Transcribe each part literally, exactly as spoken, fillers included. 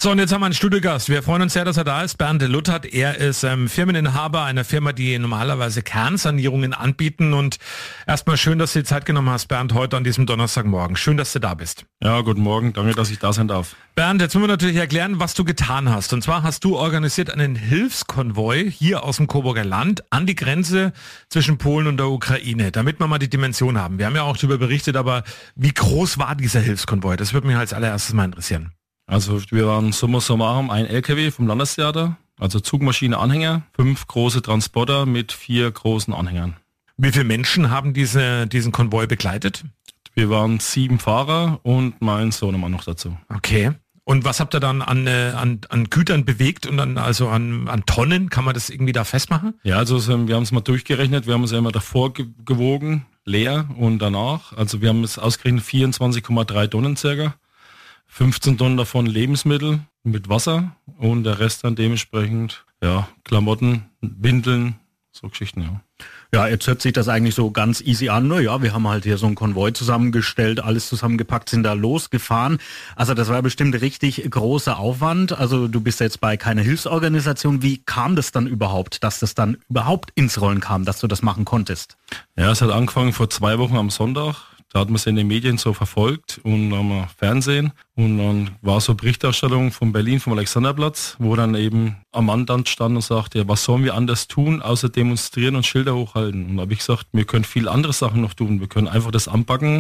So, und jetzt haben wir einen Studiogast. Wir freuen uns sehr, dass er da ist. Bernd Luttert. Er ist ähm, Firmeninhaber einer Firma, die normalerweise Kernsanierungen anbieten. Und erstmal schön, dass du die Zeit genommen hast, Bernd, heute an diesem Donnerstagmorgen. Schön, dass du da bist. Ja, guten Morgen. Danke, dass ich da sein darf. Bernd, jetzt müssen wir natürlich erklären, was du getan hast. Und zwar hast du organisiert einen Hilfskonvoi hier aus dem Coburger Land an die Grenze zwischen Polen und der Ukraine, damit wir mal die Dimension haben. Wir haben ja auch darüber berichtet, aber wie groß war dieser Hilfskonvoi? Das würde mich als allererstes mal interessieren. Also wir waren summa summarum ein L K W vom Landestheater, also Zugmaschine, Anhänger, fünf große Transporter mit vier großen Anhängern. Wie viele Menschen haben diese, diesen Konvoi begleitet? Wir waren sieben Fahrer und mein Sohnemann noch dazu. Okay. Und was habt ihr dann an, äh, an, an Gütern bewegt und dann also an, an Tonnen? Kann man das irgendwie da festmachen? Ja, also wir haben es mal durchgerechnet. Wir haben es ja immer davor ge- gewogen, leer und danach. Also wir haben es ausgerechnet vierundzwanzig Komma drei Tonnen circa. fünfzehn Tonnen davon Lebensmittel mit Wasser und der Rest dann dementsprechend, ja, Klamotten, Windeln, so Geschichten, ja. Ja, jetzt hört sich das eigentlich so ganz easy an. Naja, wir haben halt hier so ein Konvoi zusammengestellt, alles zusammengepackt, sind da losgefahren. Also das war bestimmt richtig großer Aufwand. Also du bist jetzt bei keiner Hilfsorganisation. Wie kam das dann überhaupt, dass das dann überhaupt ins Rollen kam, dass du das machen konntest? Ja, es hat angefangen vor zwei Wochen am Sonntag. Da hat man es in den Medien so verfolgt und dann haben wir Fernsehen und dann war so Berichterstattung von Berlin, vom Alexanderplatz, wo dann eben ein Mann dann stand und sagte, ja, was sollen wir anders tun, außer demonstrieren und Schilder hochhalten? Und da habe ich gesagt, wir können viele andere Sachen noch tun, wir können einfach das anpacken.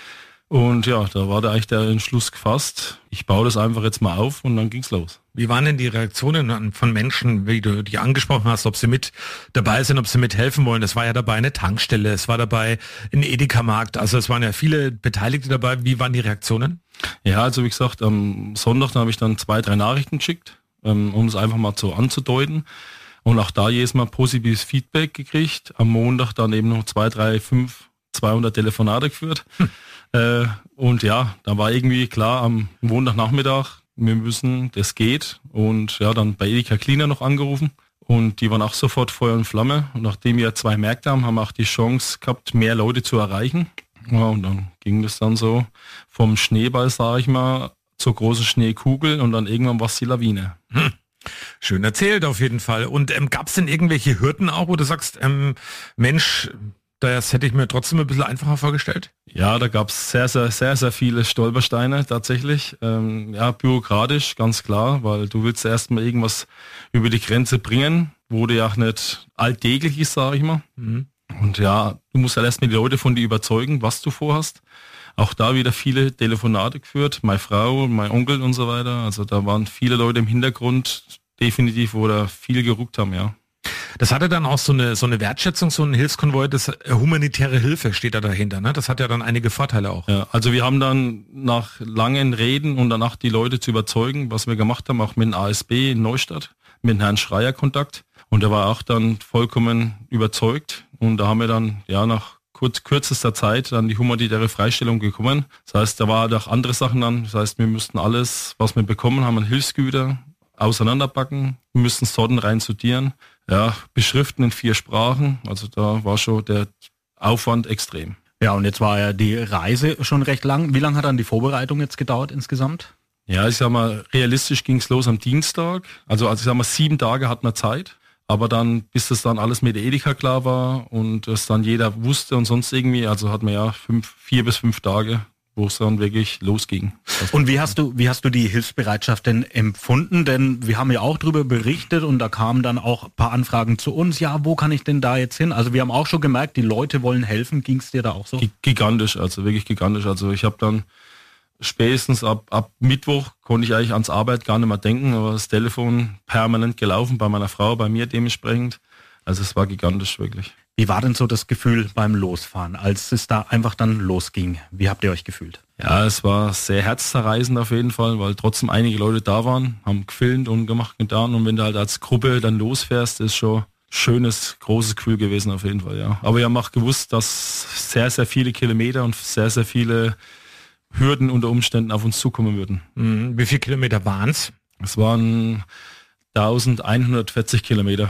Und ja, da war da eigentlich der Entschluss gefasst. Ich baue das einfach jetzt mal auf und dann ging's los. Wie waren denn die Reaktionen von Menschen, wie du die angesprochen hast, ob sie mit dabei sind, ob sie mithelfen wollen? Es war ja dabei eine Tankstelle, es war dabei ein Edeka-Markt, also es waren ja viele Beteiligte dabei. Wie waren die Reaktionen? Ja, also wie gesagt, am Sonntag habe ich dann zwei, drei Nachrichten geschickt, um es einfach mal so anzudeuten. Und auch da jedes Mal positives Feedback gekriegt. Am Montag dann eben noch zwei, drei, fünf, zweihundert Telefonate geführt. Hm. Äh, und ja, da war irgendwie klar am Montagnachmittag, wir müssen, das geht. Und ja, dann bei Edeka Cleaner noch angerufen. Und die waren auch sofort Feuer und Flamme. Und nachdem wir zwei Märkte haben, haben wir auch die Chance gehabt, mehr Leute zu erreichen. Ja, und dann ging das dann so vom Schneeball, sage ich mal, zur großen Schneekugel und dann irgendwann war es die Lawine. Hm. Schön erzählt auf jeden Fall. Und ähm, gab es denn irgendwelche Hürden auch, wo du sagst, ähm, Mensch, das hätte ich mir trotzdem ein bisschen einfacher vorgestellt? Ja, da gab es sehr, sehr, sehr, sehr viele Stolpersteine tatsächlich. Ähm, ja, bürokratisch, ganz klar, weil du willst erst mal irgendwas über die Grenze bringen, wo du ja auch nicht alltäglich ist, sage ich mal. Mhm. Und ja, du musst halt erstmal die Leute von dir überzeugen, was du vorhast. Auch da wieder viele Telefonate geführt, meine Frau, mein Onkel und so weiter. Also da waren viele Leute im Hintergrund, definitiv, wo da viel geruckt haben, ja. Das hatte dann auch so eine so eine Wertschätzung, so ein Hilfskonvoi, das humanitäre Hilfe steht da dahinter, ne? Das hat ja dann einige Vorteile auch. Ja, also wir haben dann nach langen Reden und danach die Leute zu überzeugen, was wir gemacht haben, auch mit dem A S B in Neustadt, mit Herrn Schreier Kontakt. Und der war auch dann vollkommen überzeugt. Und da haben wir dann, ja, nach kurz, kürzester Zeit dann die humanitäre Freistellung gekommen. Das heißt, da war halt auch andere Sachen dann. Das heißt, wir mussten alles, was wir bekommen haben, an Hilfsgüter auseinanderpacken, wir müssten Sorten rein sortieren, ja, beschriften in vier Sprachen. Also da war schon der Aufwand extrem. Ja, und jetzt war ja die Reise schon recht lang. Wie lange hat dann die Vorbereitung jetzt gedauert insgesamt? Ja, ich sag mal, realistisch ging es los am Dienstag. Also, also ich sag mal, sieben Tage hatten wir Zeit. Aber dann, bis das dann alles mit der Edeka klar war und es dann jeder wusste und sonst irgendwie, also hatten wir ja fünf, vier bis fünf Tage, wo es dann wirklich losging. Und wie hast du, wie hast du die Hilfsbereitschaft denn empfunden? Denn wir haben ja auch drüber berichtet und da kamen dann auch ein paar Anfragen zu uns. Ja, wo kann ich denn da jetzt hin? Also wir haben auch schon gemerkt, die Leute wollen helfen. Ging es dir da auch so? Gigantisch, also wirklich gigantisch. Also ich habe dann spätestens ab, ab Mittwoch konnte ich eigentlich ans Arbeit gar nicht mehr denken, aber das Telefon permanent gelaufen, bei meiner Frau, bei mir dementsprechend. Also es war gigantisch, wirklich. Wie war denn so das Gefühl beim Losfahren, als es da einfach dann losging? Wie habt ihr euch gefühlt? Ja, es war sehr herzzerreißend auf jeden Fall, weil trotzdem einige Leute da waren, haben gefilmt und gemacht und getan. Und wenn du halt als Gruppe dann losfährst, ist schon schönes, großes Gefühl gewesen auf jeden Fall, ja. Aber wir haben auch gewusst, dass sehr, sehr viele Kilometer und sehr, sehr viele Hürden unter Umständen auf uns zukommen würden. Mhm. Wie viele Kilometer waren es? Es waren eintausendeinhundertvierzig Kilometer,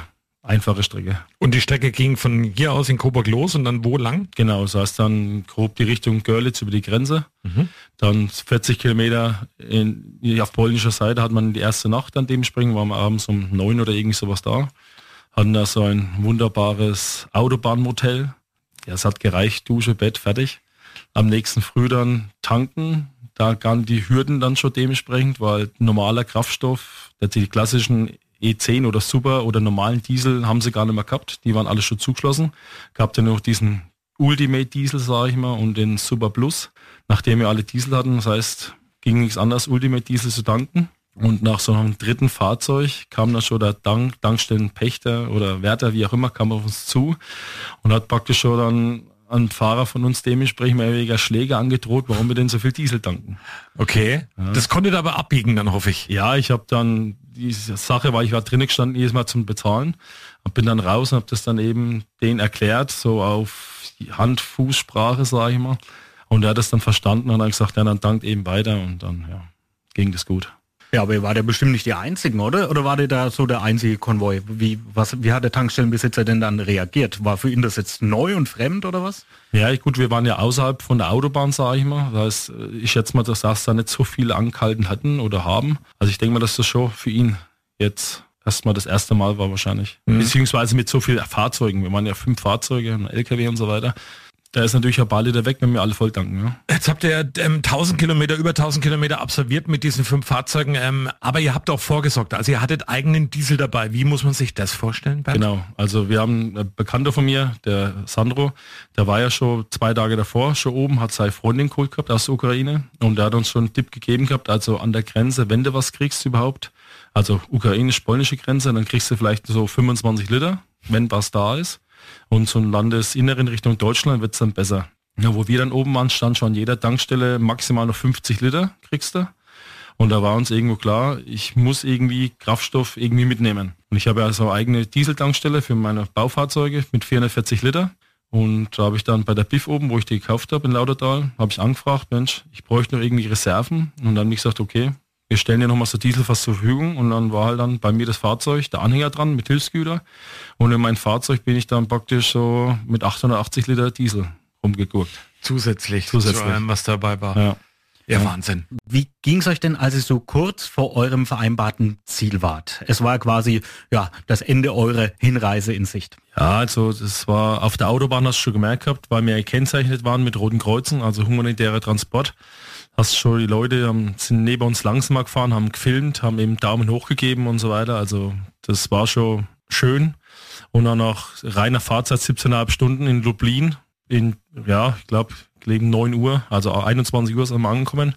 einfache Strecke. Und die Strecke ging von hier aus in Coburg los und dann wo lang? Genau, das heißt dann grob die Richtung Görlitz über die Grenze. Mhm. Dann vierzig Kilometer in, auf polnischer Seite hat man die erste Nacht dann dementsprechend, waren wir abends um neun oder irgendwie sowas da. Hatten da so ein wunderbares Autobahnmotel. Ja, es hat gereicht, Dusche, Bett, fertig. Am nächsten Früh dann tanken. Da gaben die Hürden dann schon dementsprechend, weil normaler Kraftstoff, die klassischen E zehn oder Super oder normalen Diesel haben sie gar nicht mehr gehabt. Die waren alle schon zugeschlossen. Gab dann noch diesen Ultimate Diesel, sage ich mal, und den Super Plus, nachdem wir alle Diesel hatten. Das heißt, ging nichts anderes, Ultimate Diesel zu tanken. Und nach so einem dritten Fahrzeug kam dann schon der Dank, Tankstellenpächter oder Wärter, wie auch immer, kam auf uns zu und hat praktisch schon dann ein Fahrer von uns dementsprechend mehr oder weniger Schläge angedroht, warum wir denn so viel Diesel tanken. Okay, ja. Das konntet ihr aber abbiegen dann, hoffe ich. Ja, ich habe dann diese Sache, weil ich war drinnen gestanden, jedes Mal zum Bezahlen, bin dann raus und habe das dann eben denen erklärt, so auf Hand-Fußsprache, sage ich mal. Und er hat das dann verstanden und dann gesagt, ja, dann dankt eben weiter und dann ja, ging das gut. Ja, aber ihr wart ja bestimmt nicht die Einzigen, oder? Oder war der da so der einzige Konvoi? Wie, was, wie hat der Tankstellenbesitzer denn dann reagiert? War für ihn das jetzt neu und fremd oder was? Ja, gut, wir waren ja außerhalb von der Autobahn, sage ich mal. Das heißt, ich schätze mal, dass das da nicht so viele angehalten hatten oder haben. Also ich denke mal, dass das schon für ihn jetzt erstmal das erste Mal war wahrscheinlich. Mhm. Beziehungsweise mit so vielen Fahrzeugen. Wir waren ja fünf Fahrzeuge, ein L K W und so weiter. Da ist natürlich ein paar Liter weg, wenn wir alle voll tanken. Ja. Jetzt habt ihr ähm, tausend Kilometer, über tausend Kilometer absolviert mit diesen fünf Fahrzeugen, ähm, aber ihr habt auch vorgesorgt, also ihr hattet eigenen Diesel dabei. Wie muss man sich das vorstellen, Bernd? Genau, also wir haben einen Bekannter von mir, der Sandro, der war ja schon zwei Tage davor schon oben, hat seine Freundin geholt gehabt aus der Ukraine und der hat uns schon einen Tipp gegeben gehabt, also an der Grenze, wenn du was kriegst überhaupt, also ukrainisch-polnische Grenze, dann kriegst du vielleicht so fünfundzwanzig Liter, wenn was da ist. Und so ein Landesinneren Richtung Deutschland wird es dann besser. Ja, wo wir dann oben waren, stand schon an jeder Tankstelle maximal noch fünfzig Liter kriegst du. Und da war uns irgendwo klar, ich muss irgendwie Kraftstoff irgendwie mitnehmen. Und ich habe ja also eine eigene Dieseltankstelle für meine Baufahrzeuge mit vierhundertvierzig Liter. Und da habe ich dann bei der B I F oben, wo ich die gekauft habe in Lautertal, habe ich angefragt, Mensch, ich bräuchte noch irgendwie Reserven. Und dann habe ich gesagt, okay, wir stellen dir nochmal so Dieselfass zur Verfügung und dann war halt dann bei mir das Fahrzeug, der Anhänger dran mit Hilfsgüter und in mein Fahrzeug bin ich dann praktisch so mit achthundertachtzig Liter Diesel rumgegurkt. Zusätzlich, Zusätzlich. zu allem, was dabei war. Ja. Ja, Wahnsinn. Wie ging es euch denn, als ihr so kurz vor eurem vereinbarten Ziel wart? Es war quasi ja das Ende eurer Hinreise in Sicht. Ja, also das war auf der Autobahn, hast du schon gemerkt gehabt, weil wir gekennzeichnet waren mit roten Kreuzen, also humanitärer Transport. Hast schon die Leute haben, sind neben uns langsamer gefahren, haben gefilmt, haben eben Daumen hoch gegeben und so weiter. Also das war schon schön. Und dann noch reiner Fahrzeit siebzehn Komma fünf Stunden in Lublin. In, ja, ich glaube, gegen neun Uhr, also einundzwanzig Uhr sind wir angekommen.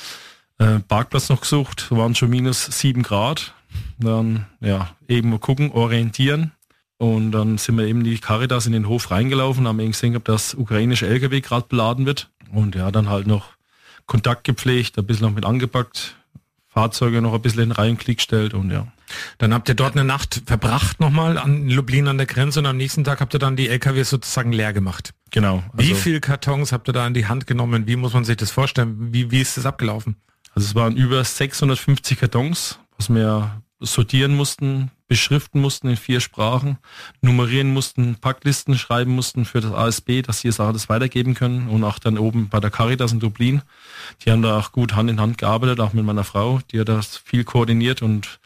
Äh, Parkplatz noch gesucht, waren schon minus sieben Grad. Dann, ja, eben mal gucken, orientieren. Und dann sind wir eben die Caritas in den Hof reingelaufen, haben eben gesehen gehabt, dass ukrainische L K W gerade beladen wird. Und ja, dann halt noch Kontakt gepflegt, ein bisschen noch mit angepackt, Fahrzeuge noch ein bisschen in Reihenklick gestellt und ja. Dann habt ihr dort eine Nacht verbracht nochmal an Lublin an der Grenze und am nächsten Tag habt ihr dann die L K W sozusagen leer gemacht. Genau. Also wie viele Kartons habt ihr da in die Hand genommen? Wie muss man sich das vorstellen? Wie, wie ist das abgelaufen? Also es waren über sechshundertfünfzig Kartons, was wir sortieren mussten, beschriften mussten in vier Sprachen, nummerieren mussten, Packlisten schreiben mussten für das A S B, dass sie es alles weitergeben können und auch dann oben bei der Caritas in Dublin. Die haben da auch gut Hand in Hand gearbeitet, auch mit meiner Frau, die hat das viel koordiniert und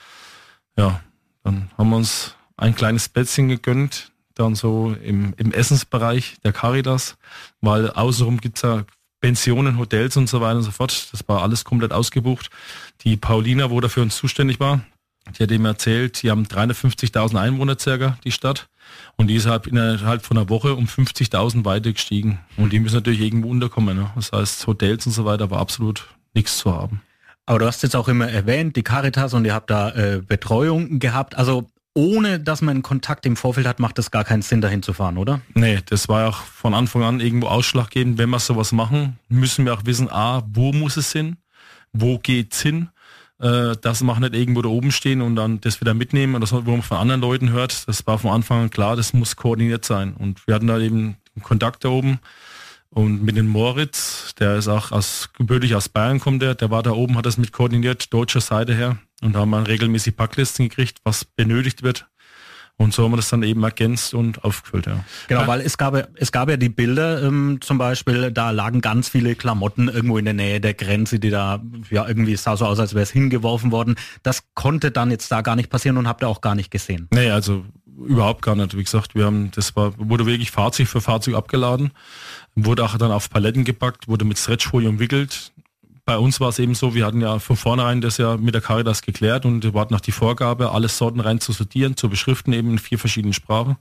ja, dann haben wir uns ein kleines Plätzchen gegönnt, dann so im, im Essensbereich der Caritas, weil außenrum gibt's ja Pensionen, Hotels und so weiter und so fort. Das war alles komplett ausgebucht. Die Paulina, wo da für uns zuständig war, die hat ihm erzählt, die haben dreihundertfünfzigtausend Einwohner circa, die Stadt. Und die ist halt innerhalb von einer Woche um fünfzigtausend weiter gestiegen. Und die müssen natürlich irgendwo unterkommen. Ne? Das heißt, Hotels und so weiter war absolut nichts zu haben. Aber du hast jetzt auch immer erwähnt, die Caritas und ihr habt da äh, Betreuung gehabt. Also ohne, dass man einen Kontakt im Vorfeld hat, macht es gar keinen Sinn, dahin zu fahren, oder? Nee, das war auch von Anfang an irgendwo ausschlaggebend. Wenn wir sowas machen, müssen wir auch wissen, a, wo muss es hin? Wo geht's hin? Das machen nicht irgendwo da oben stehen und dann das wieder mitnehmen und das, wo man von anderen Leuten hört, das war von Anfang an klar, das muss koordiniert sein. Und wir hatten da eben Kontakt da oben und mit dem Moritz, der ist auch aus, gebürtig aus Bayern kommt der, der war da oben, hat das mit koordiniert, deutscher Seite her und da haben wir regelmäßig Packlisten gekriegt, was benötigt wird. Und so haben wir das dann eben ergänzt und aufgefüllt, ja. Genau, weil es gab, es gab ja die Bilder ähm, zum Beispiel, da lagen ganz viele Klamotten irgendwo in der Nähe der Grenze, die da, ja, irgendwie sah so aus, als wäre es hingeworfen worden. Das konnte dann jetzt da gar nicht passieren und habt ihr auch gar nicht gesehen? Nee, also überhaupt gar nicht. Wie gesagt, wir haben, das war, wurde wirklich Fahrzeug für Fahrzeug abgeladen, wurde auch dann auf Paletten gepackt, wurde mit Stretchfolie umwickelt. Bei uns war es eben so, wir hatten ja von vornherein das ja mit der Caritas geklärt und wir hatten nach die Vorgabe, alle Sorten rein zu sortieren, zu beschriften, eben in vier verschiedenen Sprachen.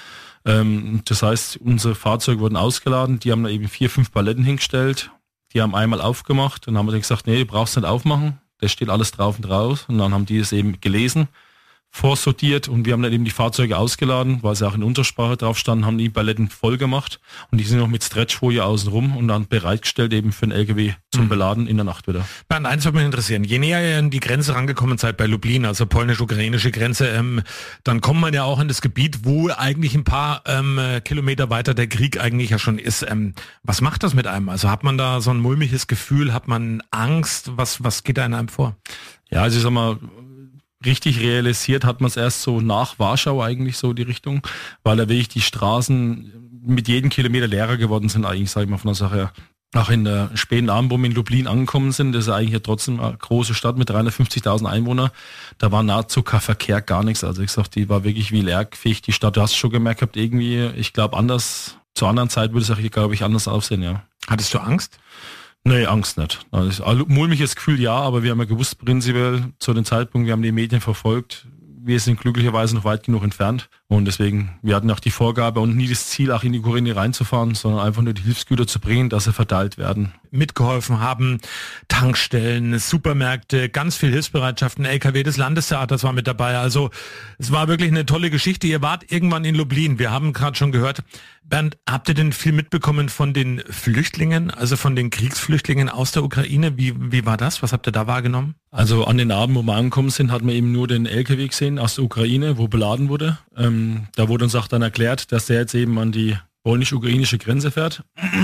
Ähm, das heißt, unsere Fahrzeuge wurden ausgeladen, die haben da eben vier, fünf Paletten hingestellt, die haben einmal aufgemacht, dann haben wir dann gesagt, nee, du brauchst nicht aufmachen, da steht alles drauf und drauf und dann haben die es eben gelesen, vorsortiert und wir haben dann eben die Fahrzeuge ausgeladen, weil sie auch in Untersprache drauf standen, haben die Paletten voll gemacht und die sind noch mit Stretchfolie außen rum und dann bereitgestellt eben für den L K W zum mhm. Beladen in der Nacht wieder. Bernd, eins würde mich interessieren, je näher ihr an die Grenze rangekommen seid bei Lublin, also polnisch-ukrainische Grenze, ähm, dann kommt man ja auch in das Gebiet, wo eigentlich ein paar ähm, Kilometer weiter der Krieg eigentlich ja schon ist. Ähm, was macht das mit einem? Also hat man da so ein mulmiges Gefühl, hat man Angst? Was, was geht da in einem vor? Ja, also ich sag mal, richtig realisiert hat man es erst so nach Warschau eigentlich so die Richtung, weil da wirklich die Straßen mit jedem Kilometer leerer geworden sind eigentlich, sag ich mal, von der Sache her. Auch in der späten Abend, wo wir in Lublin angekommen sind, das ist eigentlich ja trotzdem eine große Stadt mit dreihundertfünfzigtausend Einwohnern, da war nahezu kein Verkehr, gar nichts. Also ich sag, die war wirklich wie leergefegt, die Stadt, du hast schon gemerkt gehabt, irgendwie, ich glaube anders, zur anderen Zeit würde es auch, glaube ich, anders aussehen, ja. Hattest du Angst? Nee, Angst nicht. Also, mulmiges Gefühl ja, aber wir haben ja gewusst, prinzipiell zu dem Zeitpunkt, wir haben die Medien verfolgt, wir sind glücklicherweise noch weit genug entfernt und deswegen, wir hatten auch die Vorgabe und nie das Ziel, auch in die Ukraine reinzufahren, sondern einfach nur die Hilfsgüter zu bringen, dass sie verteilt werden. Mitgeholfen haben, Tankstellen, Supermärkte, ganz viel Hilfsbereitschaft, ein L K W des Landestheaters war mit dabei. Also es war wirklich eine tolle Geschichte. Ihr wart irgendwann in Lublin. Wir haben gerade schon gehört. Bernd, habt ihr denn viel mitbekommen von den Flüchtlingen, also von den Kriegsflüchtlingen aus der Ukraine? Wie, wie war das? Was habt ihr da wahrgenommen? Also an den Abend, wo wir angekommen sind, hat man eben nur den L K W gesehen aus der Ukraine, wo beladen wurde. Ähm, da wurde uns auch dann erklärt, dass der jetzt eben an die polnisch-ukrainische Grenze fährt.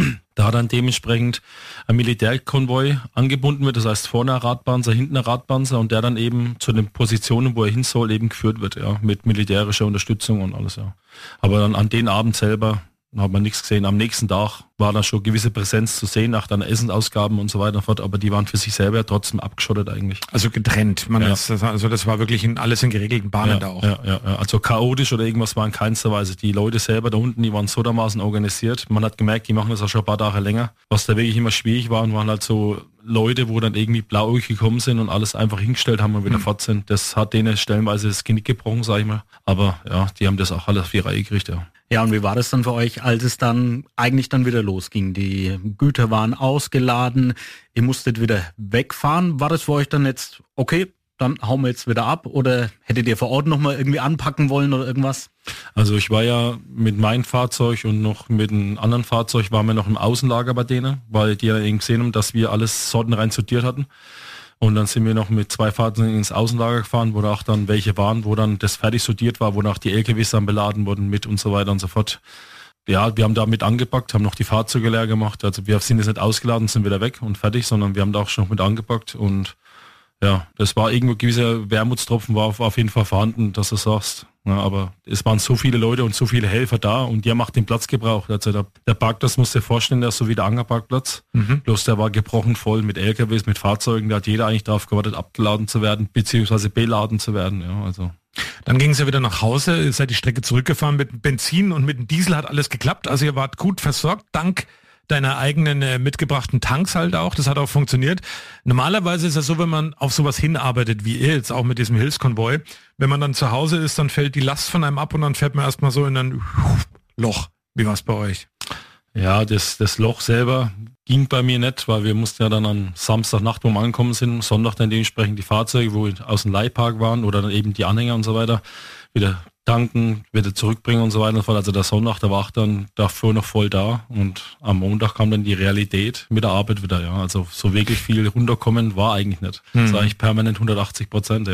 Da dann dementsprechend ein Militärkonvoi angebunden wird, das heißt vorne ein Radpanzer, hinten ein Radpanzer und der dann eben zu den Positionen, wo er hin soll, eben geführt wird, ja, mit militärischer Unterstützung und alles, ja. Aber dann an den Abend selber hat man nichts gesehen. Am nächsten Tag war da schon gewisse Präsenz zu sehen, nach dann Essensausgaben und so weiter und fort, aber die waren für sich selber ja trotzdem abgeschottet eigentlich. Also getrennt. Man ja. ist, also das war wirklich in, alles in geregelten Bahnen ja, da auch. Ja, ja, ja. Also chaotisch oder irgendwas war in keinster Weise. Die Leute selber da unten, die waren so dermaßen organisiert. Man hat gemerkt, die machen das auch schon ein paar Tage länger. Was da wirklich immer schwierig war, waren halt so Leute, wo dann irgendwie blauäugig gekommen sind und alles einfach hingestellt haben und wieder mhm. fort sind. Das hat denen stellenweise das Genick gebrochen, sag ich mal. Aber ja, die haben das auch alles auf die Reihe gekriegt, ja. Ja, und wie war das dann für euch, als es dann eigentlich dann wieder losging? Die Güter waren ausgeladen, ihr musstet wieder wegfahren. War das für euch dann jetzt, okay, dann hauen wir jetzt wieder ab? Oder hättet ihr vor Ort nochmal irgendwie anpacken wollen oder irgendwas? Also ich war ja mit meinem Fahrzeug und noch mit einem anderen Fahrzeug, waren wir noch im Außenlager bei denen, weil die ja eben gesehen haben, dass wir alles sortenrein sortiert hatten. Und dann sind wir noch mit zwei Fahrzeugen ins Außenlager gefahren, wo da auch dann welche waren, wo dann das fertig sortiert war, wo auch die L K Ws dann beladen wurden mit und so weiter und so fort. Ja, wir haben da mit angepackt, haben noch die Fahrzeuge leer gemacht. Also wir sind jetzt nicht ausgeladen, sind wieder weg und fertig, sondern wir haben da auch schon mit angepackt. Und ja, das war irgendwo gewisser Wermutstropfen war auf, auf jeden Fall vorhanden, dass du sagst. Ja, aber es waren so viele Leute und so viele Helfer da und die haben auch den Platz gebraucht. Also der, der Parkplatz, musst du dir vorstellen, der ist so wie der Angerparkplatz. Mhm. Bloß der war gebrochen voll mit L K Ws, mit Fahrzeugen. Da hat jeder eigentlich darauf gewartet, abgeladen zu werden, beziehungsweise beladen zu werden. Ja, also. Dann ging es ja wieder nach Hause, ihr seid die Strecke zurückgefahren mit Benzin und mit dem Diesel hat alles geklappt. Also ihr wart gut versorgt, dank deiner eigenen äh, mitgebrachten Tanks halt auch. Das hat auch funktioniert. Normalerweise ist es so, wenn man auf sowas hinarbeitet, wie ihr jetzt auch mit diesem Hilfskonvoi, wenn man dann zu Hause ist, dann fällt die Last von einem ab und dann fährt man erstmal so in ein Loch. Wie war es bei euch? Ja, das, das Loch selber ging bei mir nicht, weil wir mussten ja dann am Samstagnacht, wo wir angekommen sind, Sonntag dann dementsprechend die Fahrzeuge, wo aus dem Leihpark waren oder dann eben die Anhänger und so weiter, wieder tanken, wieder zurückbringen und so weiter und so fort. Also der Sonntag, da war ich dann dafür noch voll da und am Montag kam dann die Realität mit der Arbeit wieder, ja. Also so wirklich viel runterkommen war eigentlich nicht. Mhm. Das war eigentlich permanent hundertachtzig Prozent, ja, so.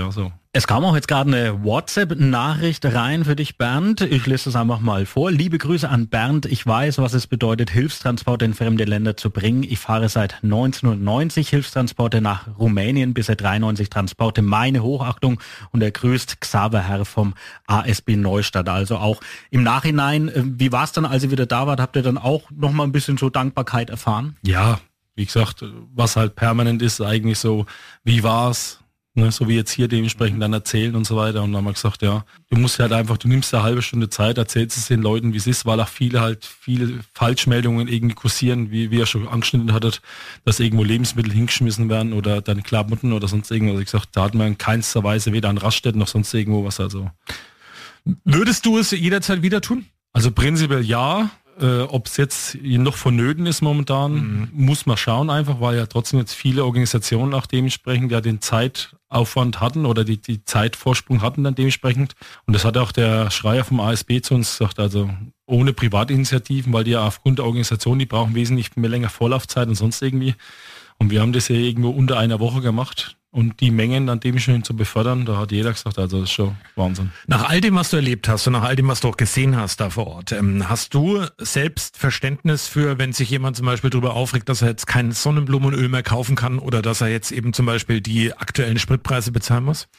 Es kam auch jetzt gerade eine WhatsApp-Nachricht rein für dich, Bernd. Ich lese es einfach mal vor. Liebe Grüße an Bernd. Ich weiß, was es bedeutet, Hilfstransporte in fremde Länder zu bringen. Ich fahre seit neunzehnhundertneunzig Hilfstransporte nach Rumänien, bisher dreiundneunzig Transporte. Meine Hochachtung und er grüßt Xaver Herr vom A S B Neustadt. Also auch im Nachhinein, wie war es dann, als ihr wieder da wart? Habt ihr dann auch nochmal ein bisschen so Dankbarkeit erfahren? Ja, wie gesagt, was halt permanent ist, eigentlich so, wie war's? Ne, so wie jetzt hier dementsprechend dann erzählen und so weiter. Und dann haben wir gesagt, ja, du musst halt einfach, du nimmst eine halbe Stunde Zeit, erzählst es den Leuten, wie es ist, weil auch viele halt, viele Falschmeldungen irgendwie kursieren, wie, wie er schon angeschnitten hat, dass irgendwo Lebensmittel hingeschmissen werden oder deine Klamotten oder sonst irgendwas. Also ich gesagt, da hat man in keinster Weise weder an Raststätten noch sonst irgendwo was. Also. Würdest du es jederzeit wieder tun? Also prinzipiell ja. Äh, ob es jetzt noch vonnöten ist momentan, mhm. muss man schauen einfach, weil ja trotzdem jetzt viele Organisationen auch dementsprechend ja den Zeitaufwand hatten oder die, die Zeitvorsprung hatten dann dementsprechend. Und das hat auch der Schreier vom A S B zu uns gesagt, also ohne Privatinitiativen, weil die ja aufgrund der Organisation, die brauchen wesentlich mehr länger Vorlaufzeit und sonst irgendwie. Und wir haben das ja irgendwo unter einer Woche gemacht. Und die Mengen dann dementsprechend zu befördern, da hat jeder gesagt, also das ist schon Wahnsinn. Nach all dem, was du erlebt hast und nach all dem, was du auch gesehen hast da vor Ort, ähm, hast du selbst Verständnis für, wenn sich jemand zum Beispiel darüber aufregt, dass er jetzt kein Sonnenblumenöl mehr kaufen kann oder dass er jetzt eben zum Beispiel die aktuellen Spritpreise bezahlen muss?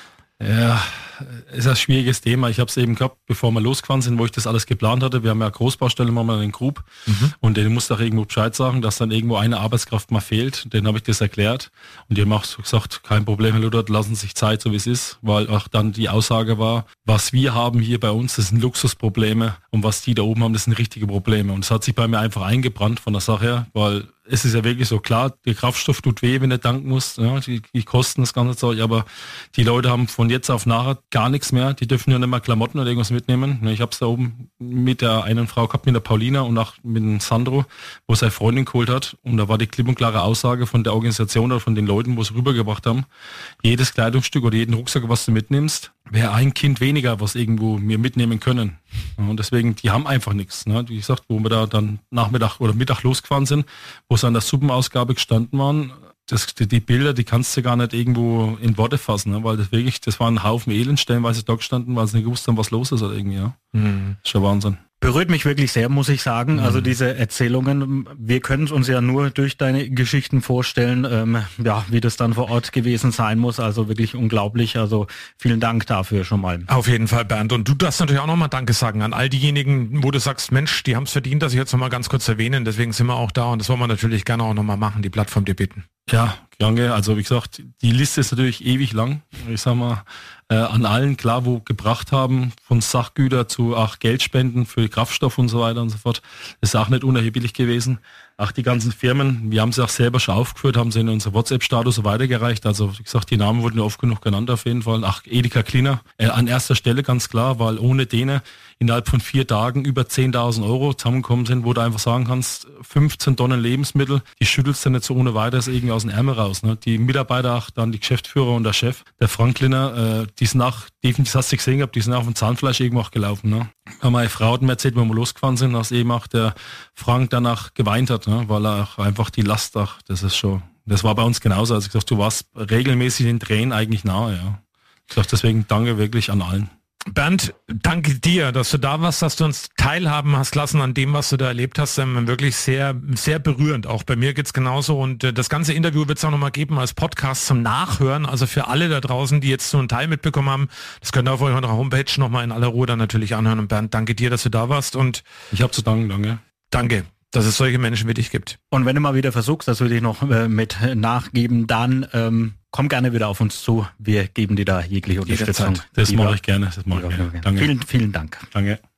Ja, ist ein schwieriges Thema. Ich habe es eben gehabt, bevor wir losgefahren sind, wo ich das alles geplant hatte. Wir haben ja eine Großbaustelle momentan in Grub mhm. und den muss auch irgendwo Bescheid sagen, dass dann irgendwo eine Arbeitskraft mal fehlt. Den habe ich das erklärt und die haben auch so gesagt, kein Problem, Herr Ludert, lassen sich Zeit, so wie es ist, weil auch dann die Aussage war, was wir haben hier bei uns, das sind Luxusprobleme und was die da oben haben, das sind richtige Probleme. Und es hat sich bei mir einfach eingebrannt von der Sache her, weil es ist ja wirklich so, klar, der Kraftstoff tut weh, wenn du tanken musst, ja, die, die kosten das ganze Zeug, aber die Leute haben von jetzt auf nachher gar nichts mehr, die dürfen ja nicht mehr Klamotten oder irgendwas mitnehmen. Ich habe es da oben mit der einen Frau gehabt, mit der Paulina und auch mit dem Sandro, wo seine Freundin geholt hat und da war die klipp und klare Aussage von der Organisation oder von den Leuten, wo es rübergebracht haben, jedes Kleidungsstück oder jeden Rucksack, was du mitnimmst, wäre ein Kind weniger, was irgendwo wir mitnehmen können. Und deswegen, die haben einfach nichts. Ne? Wie gesagt, wo wir da dann Nachmittag oder Mittag losgefahren sind, wo sie an der Suppenausgabe gestanden waren, das, die, die Bilder, die kannst du gar nicht irgendwo in Worte fassen, ne? Weil das wirklich, das war ein Haufen Elend, stellenweise da gestanden, weil sie nicht gewusst haben, was los ist oder irgendwie. Ja. Mhm. Das ist schon Wahnsinn. Berührt mich wirklich sehr, muss ich sagen. Also diese Erzählungen, wir können es uns ja nur durch deine Geschichten vorstellen, ähm, ja, wie das dann vor Ort gewesen sein muss. Also wirklich unglaublich. Also vielen Dank dafür schon mal. Auf jeden Fall, Bernd. Und du darfst natürlich auch nochmal Danke sagen an all diejenigen, wo du sagst, Mensch, die haben es verdient, dass ich jetzt nochmal ganz kurz erwähnen. Deswegen sind wir auch da und das wollen wir natürlich gerne auch nochmal machen, die Plattform dir bitten. Ja, danke. Also wie gesagt, die Liste ist natürlich ewig lang. Ich sag mal, äh, an allen, klar, wo gebracht haben, von Sachgüter zu auch Geldspenden für Kraftstoff und so weiter und so fort. Das ist auch nicht unerheblich gewesen. Auch die ganzen Firmen, wir haben sie auch selber schon aufgeführt, haben sie in unser WhatsApp-Status so weitergereicht. Also wie gesagt, die Namen wurden oft genug genannt auf jeden Fall. Ach, Edeka Cleaner, äh, an erster Stelle ganz klar, weil ohne denen innerhalb von vier Tagen über zehntausend Euro zusammengekommen sind, wo du einfach sagen kannst, fünfzehn Tonnen Lebensmittel, die schüttelst du nicht so ohne weiteres irgendwie aus dem Ärmel raus. Ne? Die Mitarbeiter, auch dann die Geschäftsführer und der Chef, der Frankliner, äh, die sind auch, definitiv hast du gesehen gehabt, die sind auch vom Zahnfleisch irgendwo auch gelaufen. Ne? Haben meine Frau hat mir erzählt, wenn wir losgefahren sind, dass eben auch der Frank danach geweint hat, ne? Weil er auch einfach die Last, ach, das ist schon, das war bei uns genauso. Also ich gesagt, du warst regelmäßig den Tränen eigentlich nahe, ja. Ich sag deswegen danke wirklich an allen. Bernd, danke dir, dass du da warst, dass du uns teilhaben hast lassen an dem, was du da erlebt hast. Ähm, wirklich sehr, sehr berührend. Auch bei mir geht's genauso. Und äh, das ganze Interview wird es auch nochmal geben als Podcast zum Nachhören. Also für alle da draußen, die jetzt so einen Teil mitbekommen haben, das könnt ihr auf eurer Homepage nochmal in aller Ruhe dann natürlich anhören. Und Bernd, danke dir, dass du da warst. Und ich habe zu danken, danke. Danke, dass es solche Menschen wie dich gibt. Und wenn du mal wieder versuchst, das würde ich noch äh, mit nachgeben, dann ähm, komm gerne wieder auf uns zu. Wir geben dir da jegliche Unterstützung. Das mache ich gerne. Das mache ich gerne. Danke. Vielen, vielen Dank. Danke.